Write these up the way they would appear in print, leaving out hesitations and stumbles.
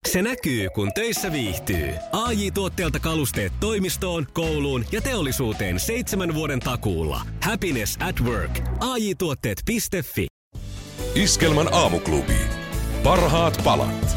Se näkyy, kun töissä viihtyy. AJ Tuotteelta kalusteet toimistoon, kouluun ja teollisuuteen 7 vuoden takuulla. Happiness at work. AJ-tuotteet.fi. Iskelmän aamuklubi. Parhaat palat.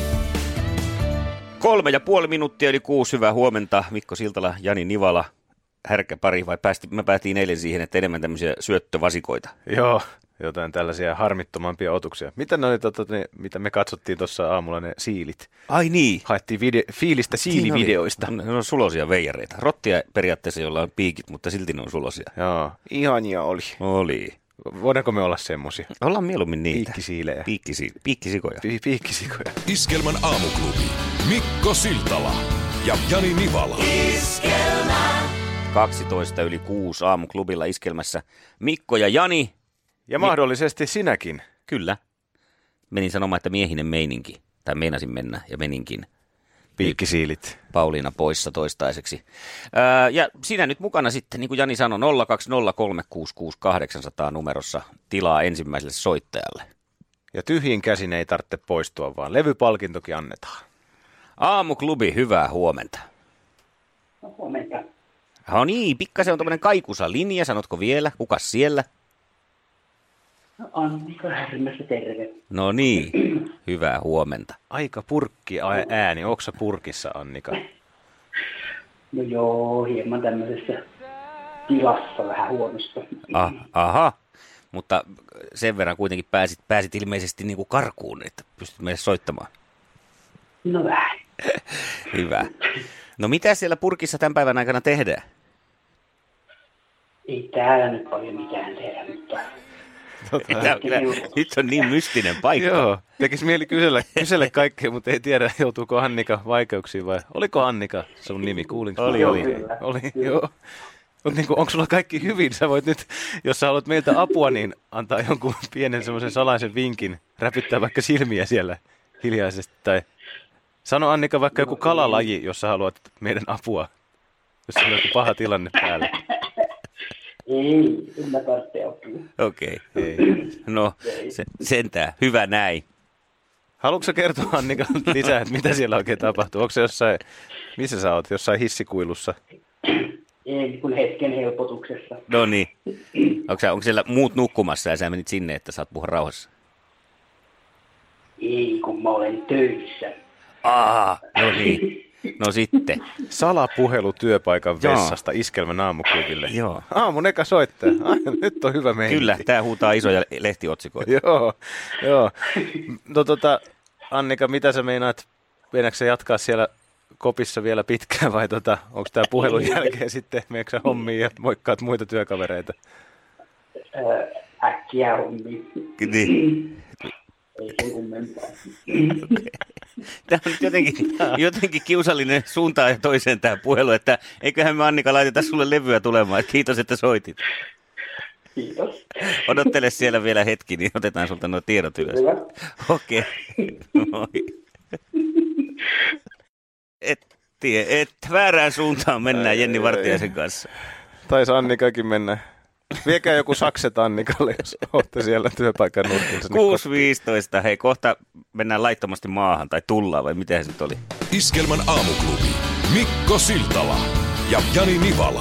3,5 minuuttia yli 6. Hyvää huomenta. Mikko Siltala, Jani Nivala, härkäpari. Vai me päätiin eilen siihen, että enemmän tämmöisiä syöttövasikoita? Joo, jotain tällaisia harmittomampia otuksia. Mitä ne oli, mitä me katsottiin tuossa aamulla, ne siilit? Ai niin. Haettiin fiilistä siilivideoista. Ne on sulosia veijareita. Rottia periaatteessa, jolla on piikit, mutta silti ne on sulosia. Joo, ihania oli. Oli. Voidaanko me olla semmosia? Ollaan mieluummin niitä. Piikkisiilejä. Piikkisikoja. Piikkisikoja. Iskelmän aamuklubi. Mikko Siltala ja Jani Nivala. Iskelmä. 12 yli 6 aamuklubilla Iskelmässä Mikko ja Jani. Ja mahdollisesti sinäkin. Kyllä. Menin sanomaan, että miehinen meininki. Tai meinasin mennä ja meninkin. Piikkisiilit. Pauliina poissa toistaiseksi. Ja sinä nyt mukana sitten, niin kuin Jani sanoi, 020366800 numerossa tilaa ensimmäiselle soittajalle. Ja tyhjin käsin ei tarvitse poistua, vaan levypalkintokin annetaan. Aamuklubi, hyvää huomenta. No, huomenta. No niin, pikkasen on tämmöinen kaikusa linja, sanotko vielä? Kukas siellä? No, Annika Härmässä, terve. No niin, hyvää huomenta. Aika purkki ääni. Onko sä purkissa, Annika? No joo, hieman tämmöisessä tilassa vähän huonosta. Aha, mutta sen verran kuitenkin pääsit ilmeisesti niin kuin karkuun, että pystyt meille soittamaan. No vähän. Hyvä. No mitä siellä purkissa tämän päivän aikana tehdään? Ei täällä nyt paljon mitään tehdä, mutta... Nyt on niin mystinen paikka. Joo, tekisi mieli kysellä kaikkea, mutta ei tiedä, joutuuko Annika vaikeuksiin vai... Oliko Annika sun nimi? Kuulinko? Oli. Joo. Mutta niin onko sulla kaikki hyvin? Sä voit nyt, jos sä haluat meiltä apua, niin antaa jonkun pienen semmoisen salaisen vinkin, räpyttää vaikka silmiä siellä hiljaisesti. Tai sano Annika vaikka joku kalalaji, jos sä haluat meidän apua, jos on joku paha tilanne päällä. Ei, en mä tarvitse apua. Okei. No, sentään. Hyvä näin. Haluatko sä kertoa Annika lisää, että mitä siellä oikein tapahtuu? Onko se jossain, missä sä oot, jossain hissikuilussa? Ei, kun hetken helpotuksessa. No niin. Onko siellä muut nukkumassa ja sä menit sinne, että saat puhua rauhassa? Ei, kun mä olen töissä. No niin. No sitten. Salapuhelu työpaikan vessasta Iskelmän aamuklubille. Joo. Aamun eka soittaja. Nyt on hyvä meininki. Kyllä, tää huutaa isoja lehtiotsikoita. Joo. No Annika, mitä sä meinaat? Meinaatko sä jatkaa siellä kopissa vielä pitkään vai onko tää puhelun jälkeen sitten meneekö sä hommiin ja moikkaat muita työkavereita? Äkkiä hommiin. Niin. Ei sen kummempaa. Tämä on jotenkin kiusallinen suuntaan ja toiseen tämä puhelu, että eiköhän me Annika laiteta sulle levyä tulemaan. Kiitos, että soitit. Kiitos. Odottele siellä vielä hetki, niin otetaan sulta nuo tiedot ylös. Hyvä. Okei. Moi. Et väärään suuntaan mennään Jenni Vartiaisen kanssa. Taisi Annikakin mennä. Viekää joku sakset Annikalle, jos olette siellä työpaikan nurkilla. 6.15. Hei, kohta mennään laittomasti maahan, tai tullaan, vai miten se nyt oli? Iskelmän aamuklubi. Mikko Siltala ja Jani Nivala.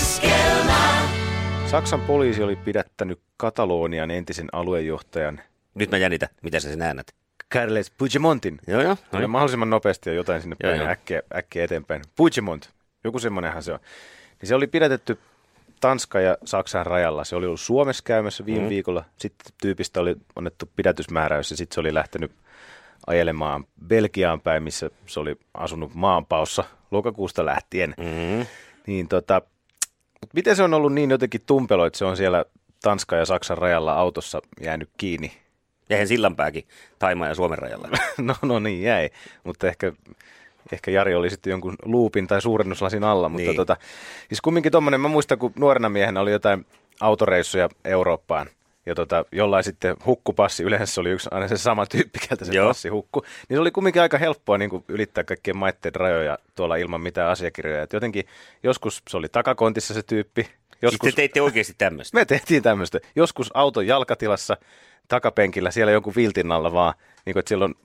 Saksan poliisi oli pidättänyt Katalonian entisen aluejohtajan. Nyt mä jännitän. Mitä sä sen äänet? Carles Puigdemontin. Joo. Kyllä mahdollisimman nopeasti ja jotain sinne päin äkkiä eteenpäin. Puigdemont, joku semmoinenhan se on. Niin se oli pidätetty Tanskan ja Saksan rajalla. Se oli ollut Suomessa käymässä viime viikolla. Sitten tyypistä oli annettu pidätysmääräys ja sitten se oli lähtenyt ajelemaan Belgiaan päin, missä se oli asunut maanpaossa lokakuusta lähtien. Niin mutta miten se on ollut niin jotenkin tumpelo, että se on siellä Tanskan ja Saksan rajalla autossa jäänyt kiinni? Jäihän sillanpääkin Thaimaan ja Suomen rajalla. No niin jäi, mutta ehkä Jari oli sitten jonkun luupin tai suurennuslasin alla, mutta niin. Siis kumminkin tommonen, mä muistan, kun nuorena miehenä oli jotain autoreissuja Eurooppaan, ja jollain sitten hukkupassi, yleensä se oli aina se sama tyyppi, keltä se passi hukku, niin se oli kumminkin aika helppoa niin kuin ylittää kaikkien maitteiden rajoja tuolla ilman mitään asiakirjoja, et jotenkin joskus se oli takakontissa se tyyppi. Sitten teitte oikeasti tämmöistä? Me tehtiin tämmöistä. Joskus auton jalkatilassa, takapenkillä, siellä jonkun viltin alla vaan, niin kuin, että siellä on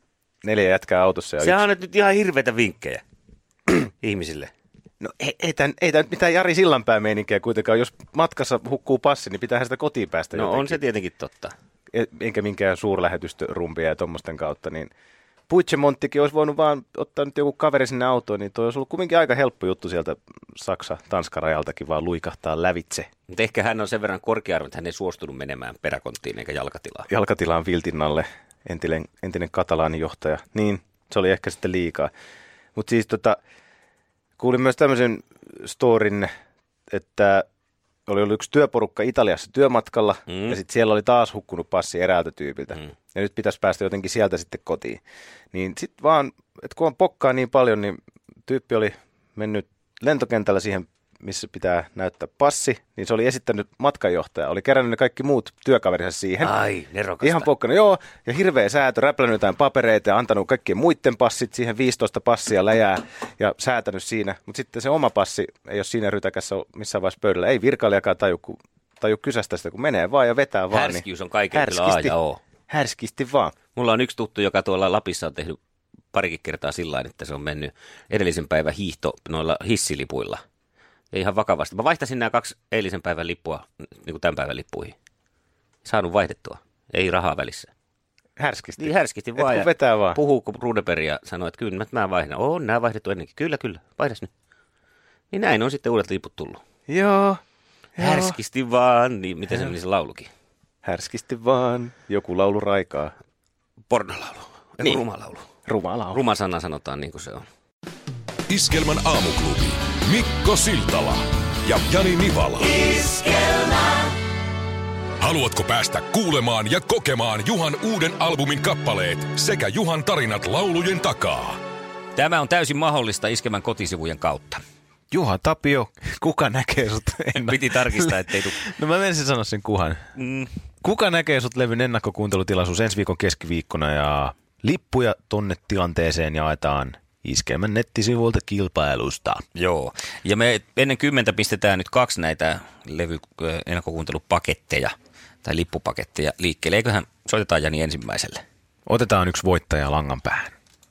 4 jätkää autossa. Ja Sehän on nyt ihan hirveitä vinkkejä ihmisille. No ei tämä nyt mitään Jari Sillanpää meininkiä kuitenkaan. Jos matkassa hukkuu passi, niin pitäähän sitä kotiin päästä No jotenkin. on se tietenkin totta. Enkä minkään suurlähetysturumpia ja tuommoisten kautta, niin Puigdemonttikin olisi voinut vaan ottaa nyt joku kaveri sinne autoon, niin toi olisi ollut kuitenkin aika helppo juttu sieltä Saksa-Tanskan rajaltakin vaan luikahtaa lävitse. Mutta ehkä hän on sen verran korkea-arvo, että hän ei suostunut menemään peräkonttiin eikä jalkatilaan. Jalkatilaan Viltinnalle, entinen katalaanin johtaja. Niin, se oli ehkä sitten liikaa. Mutta siis kuulin myös tämmöisen storin, että oli ollut yksi työporukka Italiassa työmatkalla, ja sitten siellä oli taas hukkunut passi eräältä tyypiltä. Ja nyt pitäisi päästä jotenkin sieltä sitten kotiin. Niin sitten vaan, että kun on pokkaa niin paljon, niin tyyppi oli mennyt lentokentällä siihen, missä pitää näyttää passi, niin se oli esittänyt matkanjohtaja. Oli kerännyt ne kaikki muut työkaverinsa siihen. Ai, nerokasta. Ihan pokkana, joo. Ja hirveä säätö, räplännyt jotain papereita ja antanut kaikkien muiden passit siihen 15 passia läjää ja säätänyt siinä. Mutta sitten se oma passi ei ole siinä rytäkässä missään vaiheessa pöydällä. Ei virkailijakaan taju kysästä sitä, kun menee vaan ja vetää vaan. Härskiys on kaiken kyllä A ja O. Härskisti vaan. Mulla on yksi tuttu, joka tuolla Lapissa on tehnyt parikin kertaa sillä tavalla, että se on mennyt edellisen päivän hiihto noilla hissilipuilla. Ja ihan vakavasti. Mä vaihtasin nämä 2 eilisen päivän lippua niin kuin tämän päivän lippuihin. Saanut vaihdettua. Ei rahaa välissä. Härskisti. Niin härskisti vaan. Ja vetää vaan. Puhuu kuin Rudeberg ja sanoo, että kyllä mä vaihdan. On nämä vaihdettu ennenkin. Kyllä, vaihdas nyt. Niin näin on sitten uudet liput tullut. Joo. Härskisti vaan. Niin miten se meni se laulukin? Härskisti vaan. Joku laulu raikaa. Pornolaulu. Niin. Rumalaulu. Rumalaulu. Ruma sana sanotaan niin kuin se on. Iskelmän aamuklubi. Mikko Siltala ja Jani Nivala. Haluatko päästä kuulemaan ja kokemaan Juhan uuden albumin kappaleet sekä Juhan tarinat laulujen takaa? Tämä on täysin mahdollista Iskelmän kotisivujen kautta. Juha Tapio, kuka näkee sut? Piti tarkistaa, ettei tule. No mä menisin sanoa sen kuhan. Kuka näkee sut -levyn ennakkokuuntelutilaisuus ensi viikon keskiviikkona ja lippuja tonne tilanteeseen jaetaan Iskelmän nettisivuilta kilpailusta. Joo, ja me ennen 10 pistetään nyt 2 näitä ennakkokuuntelupaketteja tai lippupaketteja liikkeelle. Eiköhän soitetaan Jani ensimmäiselle. Otetaan yksi voittaja langan päähän.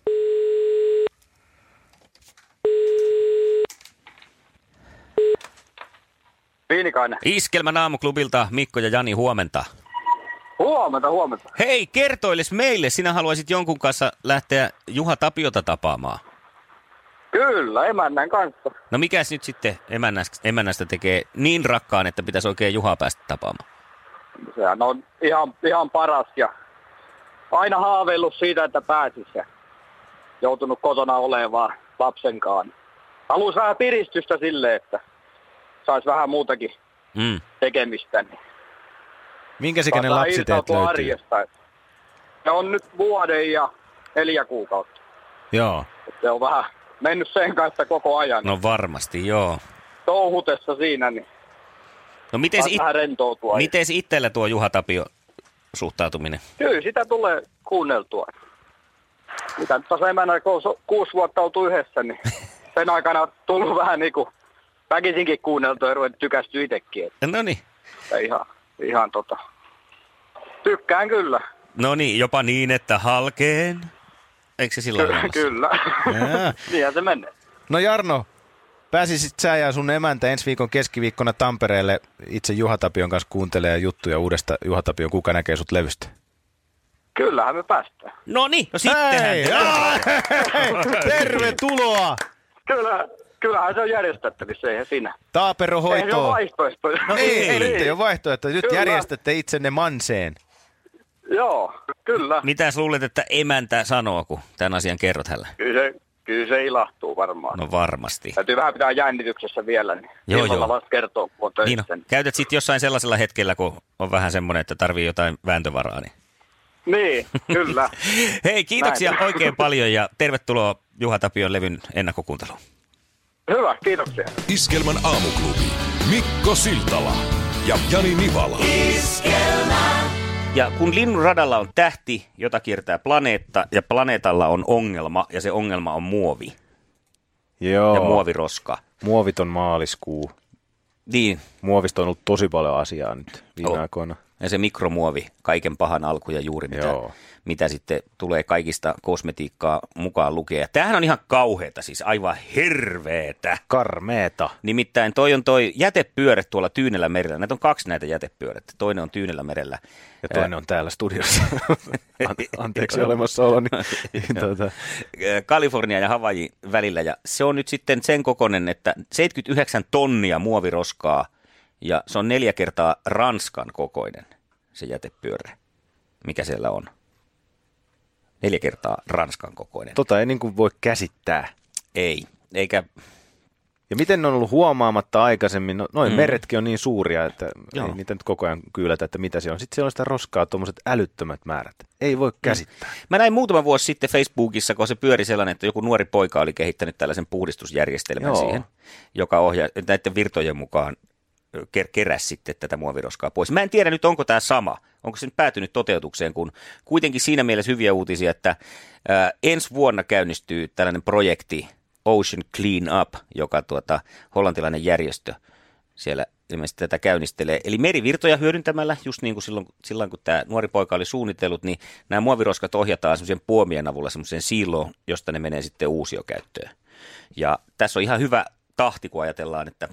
Piinikainen. Iskelmän aamuklubilta Mikko ja Jani, huomenta. Huomenta. Hei, kertoiles meille, sinä haluaisit jonkun kanssa lähteä Juha Tapiota tapaamaan. Kyllä, emännän kanssa. No mikäs nyt sitten emännästä tekee niin rakkaan, että pitäisi oikein Juhaa päästä tapaamaan? Sehän on ihan paras ja aina haaveillut siitä, että pääsisi ja joutunut kotona olemaan lapsenkaan. Haluaisi vähän piristystä silleen, että saisi vähän muutakin tekemistä. Niin Minkä sikäinen lapsi teet löytyy? Arjesta. Ne on nyt vuoden ja 4 kuukautta. Joo. Se on vähän mennyt sen kanssa koko ajan. No varmasti, joo. Touhutessa siinä, niin No vähän rentoutua. miten itsellä tuo Juha Tapio suhtautuminen? Kyllä, sitä tulee kuunneltua. Mitä nyt taas emännä, kun on 6 vuotta oltu yhdessä, niin sen aikana on tullut vähän niin kuin väkisinkin kuunneltua ja ruvennut tykästyä itsekin. No niin. Ihan tykkään kyllä. No niin, jopa niin, että halkeen. Eikö se silloin olemassa? Kyllä. Niinhän se menee. No Jarno, pääsisit sä ja sun emäntä ensi viikon keskiviikkona Tampereelle itse Juha Tapion kanssa kuuntelemaan juttuja uudesta Juha Tapion Kuka näkee sut -levystä? Kyllähän me päästään. No niin, no sittenhän. Hei, tervetuloa! Kyllähän se on järjestettävissä, eihän siinä. Taapero hoitoon. Eihän se ole vaihtoehtoja. No ei nyt ei ole vaihtoehto. Nyt Kyllä. järjestätte itsenne manseen. Joo, kyllä. Mitäs luulet, että emäntä sanoo, kun tämän asian kerrot hänelle? Kyllä se ilahtuu varmaan. No varmasti. Täytyy vähän pitää jännityksessä vielä, niin Joo. illalla vasta kertoo, kun on töissä. Niin no, käytät sitten jossain sellaisella hetkellä, kun on vähän semmoinen, että tarvii jotain vääntövaraa. Niin, kyllä. Hei, kiitoksia Näin. oikein paljon ja tervetuloa Juha Tapion levyn ennakkokuunteluun. Hyvä, kiitoksia. Iskelmän aamuklubi. Mikko Siltala ja Jani Nivala. Ja kun linnun radalla on tähti, jota kiertää planeetta, ja planeetalla on ongelma, ja se ongelma on muovi Joo. ja muoviroska. Muoviton maaliskuu. Niin, Muovista on ollut tosi paljon asiaa nyt viime aikoina. Ja se mikromuovi, kaiken pahan alku ja juuri mitä sitten tulee kaikista kosmetiikkaa mukaan lukea. Tämähän on ihan kauheata, siis aivan hirveetä. Karmeeta. Nimittäin toi jätepyörä tuolla Tyynellämerellä. Näitä on 2 näitä jätepyörettä. Toinen on Tyynellämerellä. Ja toinen on täällä studiossa. Anteeksi olemassaoloni. Kalifornia ja Havaijin välillä. Ja se on nyt sitten sen kokoinen, että 79 tonnia muoviroskaa. Ja se on 4 kertaa Ranskan kokoinen, se jätepyörä, mikä siellä on. 4 kertaa Ranskan kokoinen. Ei niin kuin voi käsittää. Ei, eikä... Ja miten ne on ollut huomaamatta aikaisemmin? Noin meretkin on niin suuria, että ei niitä nyt koko ajan kyylätä, että mitä se on. Sitten siellä on sitä roskaa, tuommoiset älyttömät määrät. Ei voi käsittää. Mä näin muutama vuosi sitten Facebookissa, kun se pyöri sellainen, että joku nuori poika oli kehittänyt tällaisen puhdistusjärjestelmän siihen, joka ohjaa näiden virtojen mukaan keräsi sitten tätä muoviroskaa pois. Mä en tiedä nyt, onko tämä sama. Onko se nyt päätynyt toteutukseen, kun kuitenkin siinä mielessä hyviä uutisia, että ensi vuonna käynnistyy tällainen projekti Ocean Clean Up, joka hollantilainen järjestö siellä ilmeisesti tätä käynnistelee. Eli merivirtoja hyödyntämällä, just niin kuin silloin kun tämä nuori poika oli suunnitellut, niin nämä muoviroskat ohjataan semmoisen puomien avulla semmoiseen siiloon, josta ne menee sitten uusiokäyttöön. Ja tässä on ihan hyvä tahti, kun ajatellaan, että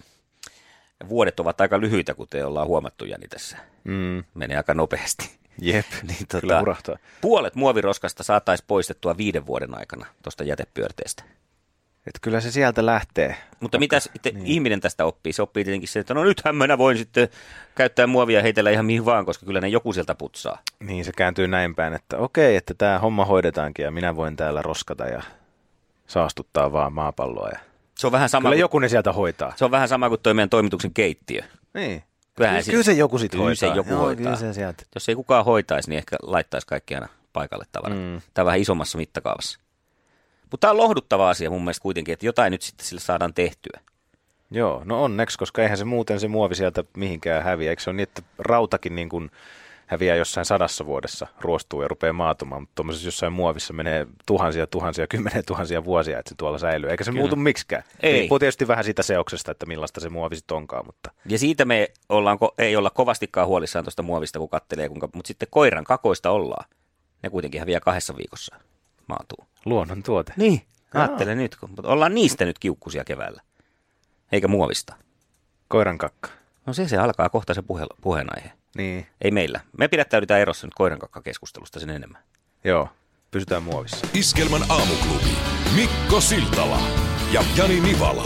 vuodet ovat aika lyhyitä, kuten ollaan huomattu, Jani, tässä. Menee aika nopeasti. Jep, niin, kyllä urahtaa. Puolet muoviroskasta saataisiin poistettua 5 vuoden aikana tuosta jätepyörteestä. Että kyllä se sieltä lähtee. Mutta mitä sitten ihminen tästä oppii? Se oppii tietenkin sen, että no nythän minä voin sitten käyttää muovia ja heitellä ihan mihin vaan, koska kyllä ne joku sieltä putsaa. Niin, se kääntyy näin päin, että okei, että tämä homma hoidetaankin ja minä voin täällä roskata ja saastuttaa vaan maapalloa. Ja se on vähän sama kyllä joku ne sieltä hoitaa. Se on vähän sama kuin toi meidän toimituksen keittiö. Niin. Kyllä se joku sitten hoitaa. Kyllä se joku hoitaa. Jos ei kukaan hoitaisi, niin ehkä laittaisi kaikki aina paikalle tavaraa. Tämä on vähän isommassa mittakaavassa. Mutta tämä on lohduttava asia mun mielestä kuitenkin, että jotain nyt sitten sille saadaan tehtyä. Joo, no onneksi, koska eihän se muuten se muovi sieltä mihinkään häviä. Eikö se ole niin, että rautakin niin kuin häviää jossain 100 vuodessa, ruostuu ja rupeaa maatumaan, mutta tuommoisessa jossain muovissa menee tuhansia, 10 000 vuosia, että se tuolla säilyy. Eikä se muutu miksikään. Ei. Riippuu tietysti vähän siitä seoksesta, että millaista se muovi sitten onkaan. Mutta. Ja siitä me ei olla kovastikaan huolissaan tuosta muovista, kun katselee, mutta sitten koiran kakoista ollaan. Ne kuitenkin häviää 2 viikossa maatuu. Luonnon tuote. Niin, ajattele nyt, kun ollaan niistä nyt kiukkusia keväällä, eikä muovista. Koiran kakka. No se alkaa kohta se puheenaihe. Niin. Ei meillä. Me pidättäydytään erossa nyt koiran kakka-keskustelusta sen enemmän. Joo, pysytään muovissa. Iskelmän aamuklubi. Mikko Siltala ja Jani Nivala.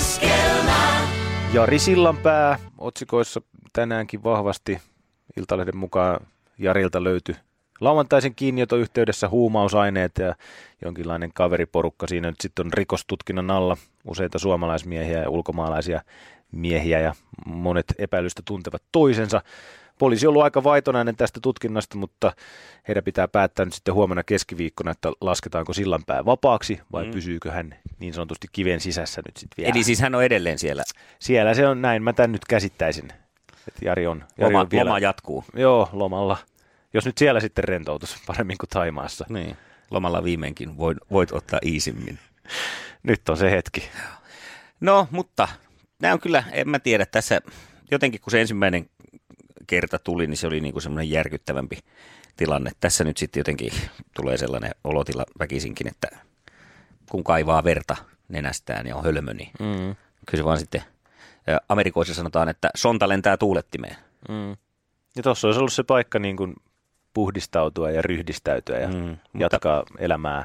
Iskelmä. Jari Sillanpää otsikoissa tänäänkin vahvasti. Iltalehden mukaan Jarilta löytyi lauantaisen kiinniotoyhteydessä huumausaineet ja jonkinlainen kaveriporukka. Siinä nyt sitten on rikostutkinnan alla useita suomalaismiehiä ja ulkomaalaisia miehiä ja monet epäilystä tuntevat toisensa. Poliisi on ollut aika vaitonainen tästä tutkinnasta, mutta heidän pitää päättää nyt sitten huomenna keskiviikkona, että lasketaanko Sillanpää vapaaksi vai pysyykö hän niin sanotusti kiven sisässä nyt sitten vielä. Eli siis hän on edelleen siellä? Siellä se on näin, mä tämän nyt käsittäisin. Että Jari on vielä. Loma jatkuu. Joo, lomalla. Jos nyt siellä sitten rentoutus paremmin kuin Thaimaassa. Niin, lomalla viimeinkin voit ottaa iisimmin. Nyt on se hetki. No, mutta nämä on kyllä, en mä tiedä, tässä jotenkin kun se ensimmäinen kerta tuli, niin se oli niin kuin semmoinen järkyttävämpi tilanne. Tässä nyt sitten jotenkin tulee sellainen olotila väkisinkin, että kun kaivaa verta nenästään ja on hölmö, niin kyllä se vaan sitten, Amerikoissa sanotaan, että sonta lentää tuulettimeen. Ja tuossa olisi ollut se paikka niin kuin puhdistautua ja ryhdistäytyä ja jatkaa elämää.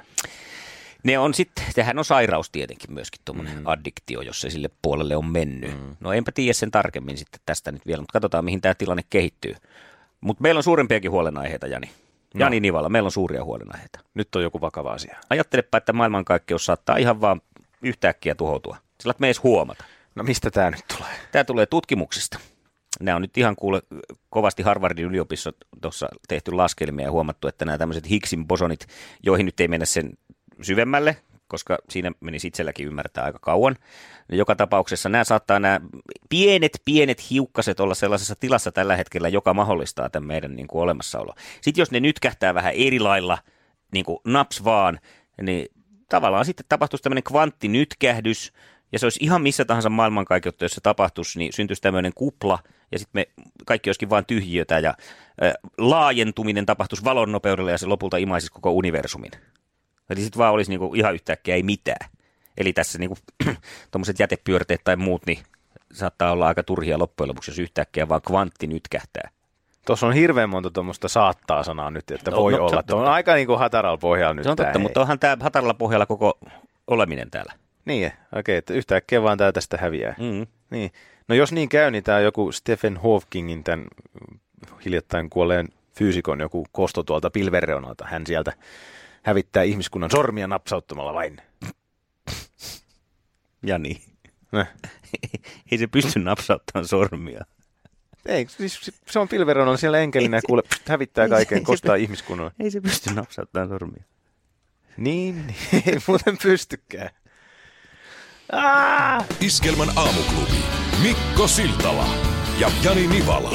Sehän on sairaus tietenkin myöskin tuommoinen addiktio, jos se sille puolelle on mennyt. No enpä tiedä sen tarkemmin sitten tästä nyt vielä, mutta katsotaan mihin tämä tilanne kehittyy. Mutta meillä on suurempiakin huolenaiheita, Jani. Jani Nivala, meillä on suuria huolenaiheita. Nyt on joku vakava asia. Ajattelepa, että maailmankaikkeus saattaa ihan vaan yhtäkkiä tuhoutua. Sillä me ei edes huomata. No mistä tämä nyt tulee? Tämä tulee tutkimuksista. Nämä on nyt ihan kovasti Harvardin yliopistossa tuossa tehty laskelmia ja huomattu, että nämä tämmöiset Higgsin bosonit, joihin nyt ei mennä sen syvemmälle, koska siinä menisi itselläkin ymmärtää aika kauan. Joka tapauksessa nämä pienet hiukkaset olla sellaisessa tilassa tällä hetkellä, joka mahdollistaa tämän meidän niin kuin olemassaolo. Sitten jos ne nytkähtää vähän eri lailla, niin kuin naps vaan, niin tavallaan sitten tapahtuisi tämmöinen kvanttinytkähdys, ja se olisi ihan missä tahansa maailmankaikkeutta, jos se tapahtuisi, niin syntyisi tämmöinen kupla, ja sitten me kaikki olisikin vain tyhjiötä, ja laajentuminen tapahtuisi valon nopeudella, ja se lopulta imaisisi koko universumin. Eli sitten vaan olisi niinku ihan yhtäkkiä ei mitään. Eli tässä niinku tuommoiset jätepyörteet tai muut, niin saattaa olla aika turhia loppujen lopuksi, jos yhtäkkiä vaan kvantti nytkähtää. Tuossa on hirveän monta tuommoista saattaa sanaa nyt, että voi olla. Tuo on aika niin kuin hataralla pohjalla nyt. Se on totta, mutta onhan tämä hataralla pohjalla koko oleminen täällä. Niin, okei, että yhtäkkiä vaan tämä tästä häviää. Niin. No jos niin käy, niin tämä on joku Stephen Hawkingin, tämän hiljattain kuolleen fyysikon joku kosto tuolta pilvenreunalta. Hän sieltä hävittää ihmiskunnan sormia napsauttamalla vain. Jani. Ei se pysty napsauttamaan sormia. Ei, siis se on pilvenreunalla siellä enkelinä ja kuule, hävittää kaiken, kostaa ihmiskunnan. Ei se pysty napsauttamaan sormia. Niin, ei muuten pystykään. Iskelmän aamuklubi. Mikko Siltala ja Jani Nivala.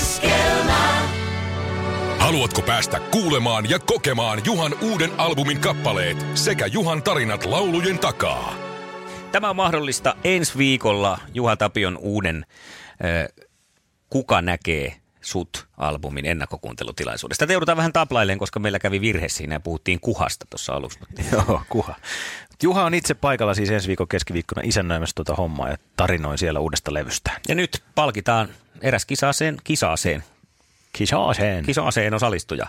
Haluatko päästä kuulemaan ja kokemaan Juhan uuden albumin kappaleet sekä Juhan tarinat laulujen takaa? Tämä on mahdollista ensi viikolla Juha Tapion uuden Kuka näkee sut-albumin ennakkokuuntelutilaisuudesta. Te joudutaan vähän taplailemaan, koska meillä kävi virhe siinä ja puhuttiin Kuhasta tuossa aluksi. Joo, Kuha. Juha on itse paikalla siis ensi viikon keskiviikkona isännöimässä tuota hommaa ja tarinoi siellä uudesta levystään. Ja nyt palkitaan eräs kisaaseen osallistuja.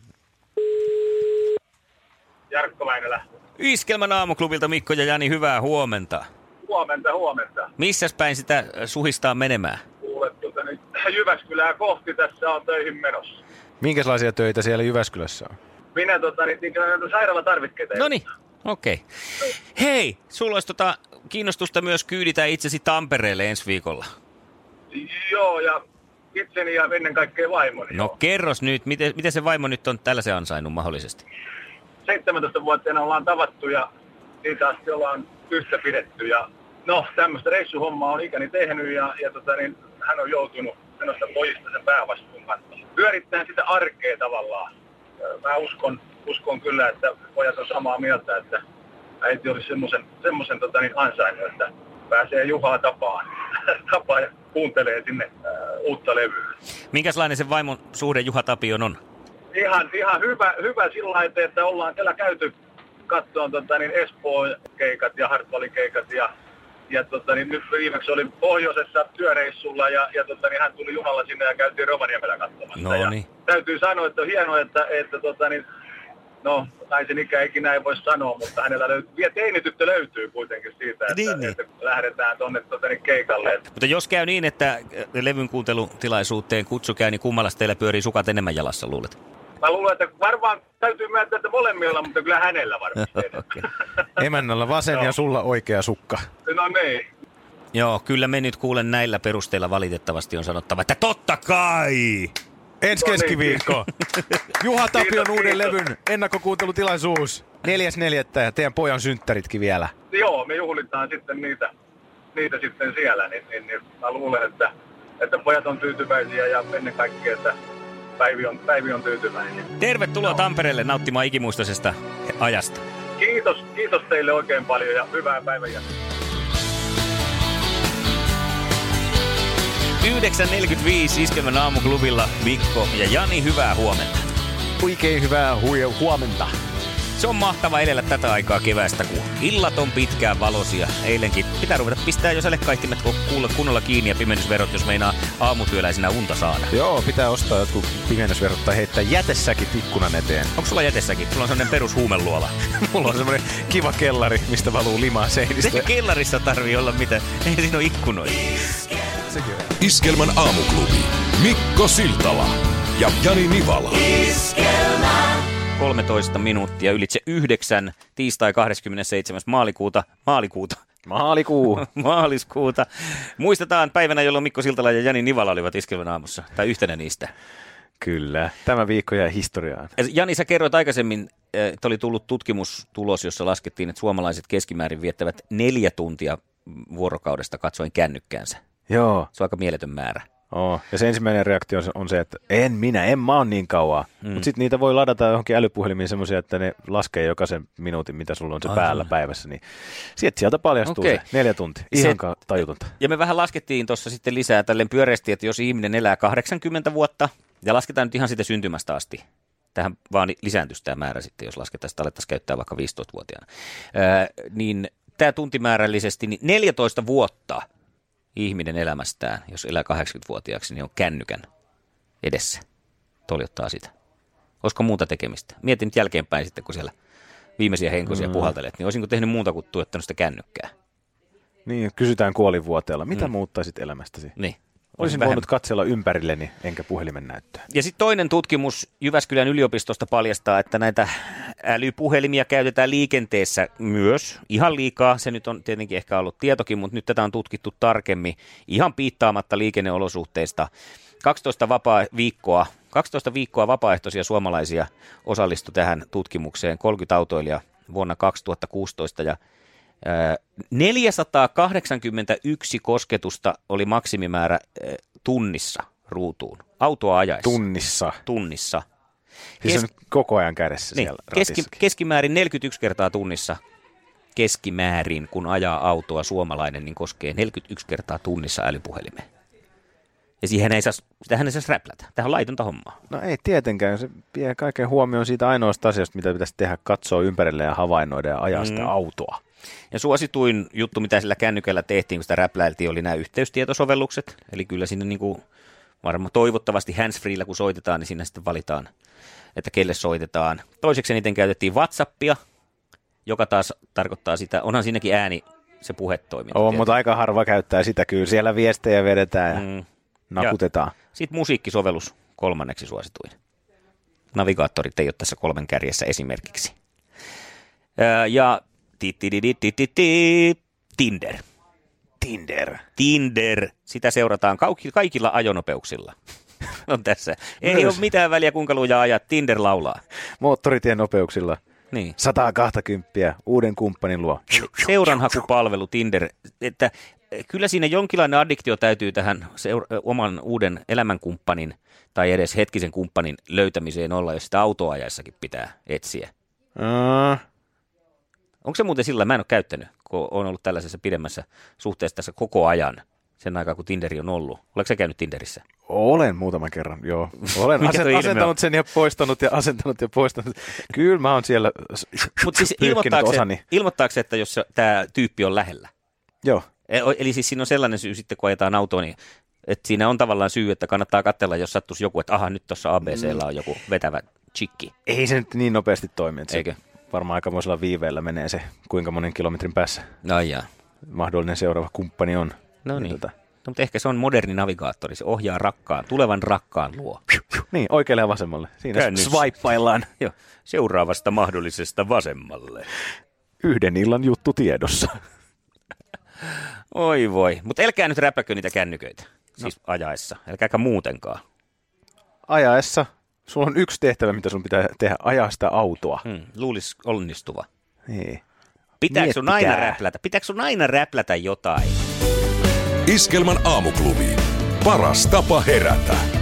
Jarkko Väinölä. Iskelmän aamuklubilta Mikko ja Jani, hyvää huomenta. Huomenta. Missäs päin sitä suhistaa menemään? Kuule, nyt Jyväskylää kohti tässä on töihin menossa. Minkälaisia töitä siellä Jyväskylässä on? Minä sairaalatarvikkeita. Noniin, okei. Hei, sulla olisi kiinnostusta myös kyyditä itsesi Tampereelle ensi viikolla. Joo, ja itseni ja ennen kaikkea vaimoni. No kerros nyt, miten se vaimo nyt on tällaisen ansainnut mahdollisesti? 17-vuotiaana ollaan tavattu ja siitä asti ollaan yhtä pidetty. Ja no, tämmöistä reissuhommaa on ikäni tehnyt ja hän on joutunut menosta pojista sen päävastuun kanssa. Pyörittäen sitä arkea tavallaan. Mä uskon kyllä, että pojat on samaa mieltä, että äiti olisi semmoisen ansainnut, että pääsee Juhaa tapaan ja kuuntelee sinne uutta levyä. Minkälainen se vaimon suhde Juha Tapion on? Ihan hyvä sillä lailla, että ollaan siellä käyty katsomaan Espoon keikat ja Hartwallin keikat ja nyt viimeksi oli pohjoisessa työreissulla ja hän tuli junalla sinne ja käytiin Rovaniemellä katsomassa. No niin. Täytyy sanoa, että on hienoa, että no naisen ikä ikinä ei voi sanoa, mutta hänellä teinityttö löytyy kuitenkin siitä, että lähdetään tuonne keikalle. Mutta jos käy niin, että levyn kuuntelutilaisuuteen kutsu käy, niin kummalla teillä pyörii sukat enemmän jalassa, luulet? Mä luulen, että varmaan täytyy myöntää, että molemmilla, mutta kyllä hänellä varmasti. Emännällä vasen ja sulla oikea sukka. No niin. Joo, kyllä me nyt kuulen näillä perusteilla valitettavasti on sanottava, että totta kai! Ensi keskiviikko. Juha Tapion uuden levyn ennakkokuuntelutilaisuus. 4.4. ja teidän pojan synttäritkin vielä. Joo, me juhlitaan sitten niitä sitten siellä. Niin mä luulen, että pojat on tyytyväisiä ja ennen kaikkea, että Päivi on tyytyväinen. Tervetuloa Tampereelle nauttimaan ikimuistoisesta ajasta. Kiitos teille oikein paljon ja hyvää päivänjatkoa. 9.45 Iskelmän aamuklubilla Mikko ja Jani, hyvää huomenta. Oikein hyvää huomenta. Se on mahtava elellä tätä aikaa kevästä, kun illat on pitkään valoisia. Eilenkin pitää ruveta pistää jo sälekaihtimet kunnolla kiinni ja pimennysverot, jos meinaa aamutyöläisinä unta saada. Joo, pitää ostaa jotkut pimennysverot tai heittää jätesäkit ikkunan eteen. Onko sulla jätesäkin? Sulla on sellainen perushuumeluola. Mulla on semmoinen kiva kellari, mistä valuu limaa seinistä. Kellarissa tarvii olla mitä. Ei siinä ole ikkunoita. Iskelmän aamuklubi. Mikko Siltala ja Jani Nivala. 13 minuuttia ylitse 9, tiistai 27. maaliskuuta. Muistetaan päivänä, jolloin Mikko Siltala ja Jani Nivala olivat Iskelmän aamussa, tai yhtenä niistä. Kyllä, tämä viikko jäi historiaan. Jani, sä kerroit aikaisemmin, että oli tullut tutkimustulos, jossa laskettiin, että suomalaiset keskimäärin viettävät 4 tuntia vuorokaudesta katsoen kännykkäänsä. Joo. Se on aika mieletön määrä. Ja se ensimmäinen reaktio on se, että en mä oon niin kauan. Mutta sitten niitä voi ladata johonkin älypuhelimiin semmoisia, että ne laskee jokaisen minuutin, mitä sulla on se päällä päivässä. Niin sieltä paljastuu se 4 tuntia. Ihan tajutonta. Ja me vähän laskettiin tuossa sitten lisää tälleen pyöreästi, että jos ihminen elää 80 vuotta, ja lasketaan nyt ihan siitä syntymästä asti, tähän vaan lisääntyisi tämä määrä sitten, jos lasketaan, että alettaisiin käyttää vaikka 15-vuotiaana, niin tämä tuntimäärällisesti niin 14 vuotta ihminen elämästään, jos elää 80-vuotiaaksi, niin on kännykän edessä. Toljottaa sitä. Olisiko muuta tekemistä? Mietin nyt jälkeenpäin sitten, kun siellä viimeisiä henkoisia puhaltelet, niin olisinko tehnyt muuta kuin tuottanut sitä kännykkää? Niin, kysytään kuolinvuoteella. Mitä muuttaisit elämästäsi? Niin. Olisin voinut katsella ympärilleni, enkä puhelimen näyttöä. Ja sitten toinen tutkimus Jyväskylän yliopistosta paljastaa, että näitä älypuhelimia käytetään liikenteessä myös ihan liikaa. Se nyt on tietenkin ehkä ollut tietokin, mutta nyt tätä on tutkittu tarkemmin ihan piittaamatta liikenneolosuhteista. 12 viikkoa vapaaehtoisia suomalaisia osallistui tähän tutkimukseen, 30 autoilijaa vuonna 2016 ja 481 kosketusta oli maksimimäärä tunnissa ruutuun. Autoa ajaessa. Tunnissa. Siis on koko ajan kädessä niin, siellä ratissa. Keskimäärin 41 kertaa tunnissa. Keskimäärin, kun ajaa autoa suomalainen, niin koskee 41 kertaa tunnissa älypuhelimeen. Ja sitähän ei saisi räplätä. Tähän on laitonta hommaa. No ei tietenkään. Se vie kaiken huomioon siitä ainoasta asiasta, mitä pitäisi tehdä, katsoa ympärille ja havainnoida ja ajaa sitä autoa. Ja suosituin juttu, mitä sillä kännykällä tehtiin, kun sitä räpläiltiin, oli nämä yhteystietosovellukset. Eli kyllä siinä niin kuin varmaan toivottavasti handsfreellä, kun soitetaan, niin siinä sitten valitaan, että kelle soitetaan. Toiseksi eniten käytettiin WhatsAppia, joka taas tarkoittaa sitä, onhan siinäkin ääni se puhetoiminta. Mutta aika harva käyttää sitä kyllä. Siellä viestejä vedetään ja nakutetaan. Sitten musiikkisovellus 3. suosituin. Navigaattorit ei ole tässä 3 kärjessä esimerkiksi. Ja Tinder. Sitä seurataan kaikilla ajonopeuksilla. On tässä. Ei ole mitään väliä, kuinka lujaa ajaa. Tinder laulaa. Moottoritien nopeuksilla. Niin. 120 uuden kumppanin luo. Seuranhakupalvelu Tinder. Että kyllä siinä jonkinlainen addiktio täytyy tähän oman uuden elämänkumppanin tai edes hetkisen kumppanin löytämiseen olla, jos sitä autoajaessakin pitää etsiä. Onko se muuten sillä, mä en ole käyttänyt, kun olen ollut tällaisessa pidemmässä suhteessa tässä koko ajan, sen aikaa kun Tinderi on ollut. Oletko sä käynyt Tinderissä? Olen muutaman kerran, joo. Olen asentanut sen ja poistanut ja asentanut ja poistanut. Kyllä mä oon siellä siis ilmoittaako se, että jos tämä tyyppi on lähellä? Joo. Eli siis siinä on sellainen syy sitten, kun ajetaan autoon, niin että siinä on tavallaan syy, että kannattaa katsella, jos sattuisi joku, että aha, nyt tuossa ABC:llä on joku vetävä chikki. Ei se nyt niin nopeasti toimi. Eikö? Varmaan aikamoisella viiveellä menee se, kuinka monen kilometrin päässä mahdollinen seuraava kumppani on. No niin. No, mutta ehkä se on moderni navigaattori, se ohjaa tulevan rakkaan luo. Niin, oikealle ja vasemmalle. Siinä swipeaillaan. Joo, seuraavasta mahdollisesta vasemmalle. Yhden illan juttu tiedossa. Oi voi, mutta älkää nyt räpläkö niitä kännyköitä, siis ajaessa, älkääkä muutenkaan. Ajaessa? Sulla on yksi tehtävä, mitä sun pitää tehdä, ajaa sitä autoa. Luulisi onnistuva. Niin. Pitääkö sun aina räplätä jotain? Iskelmän aamuklubi. Paras tapa herätä.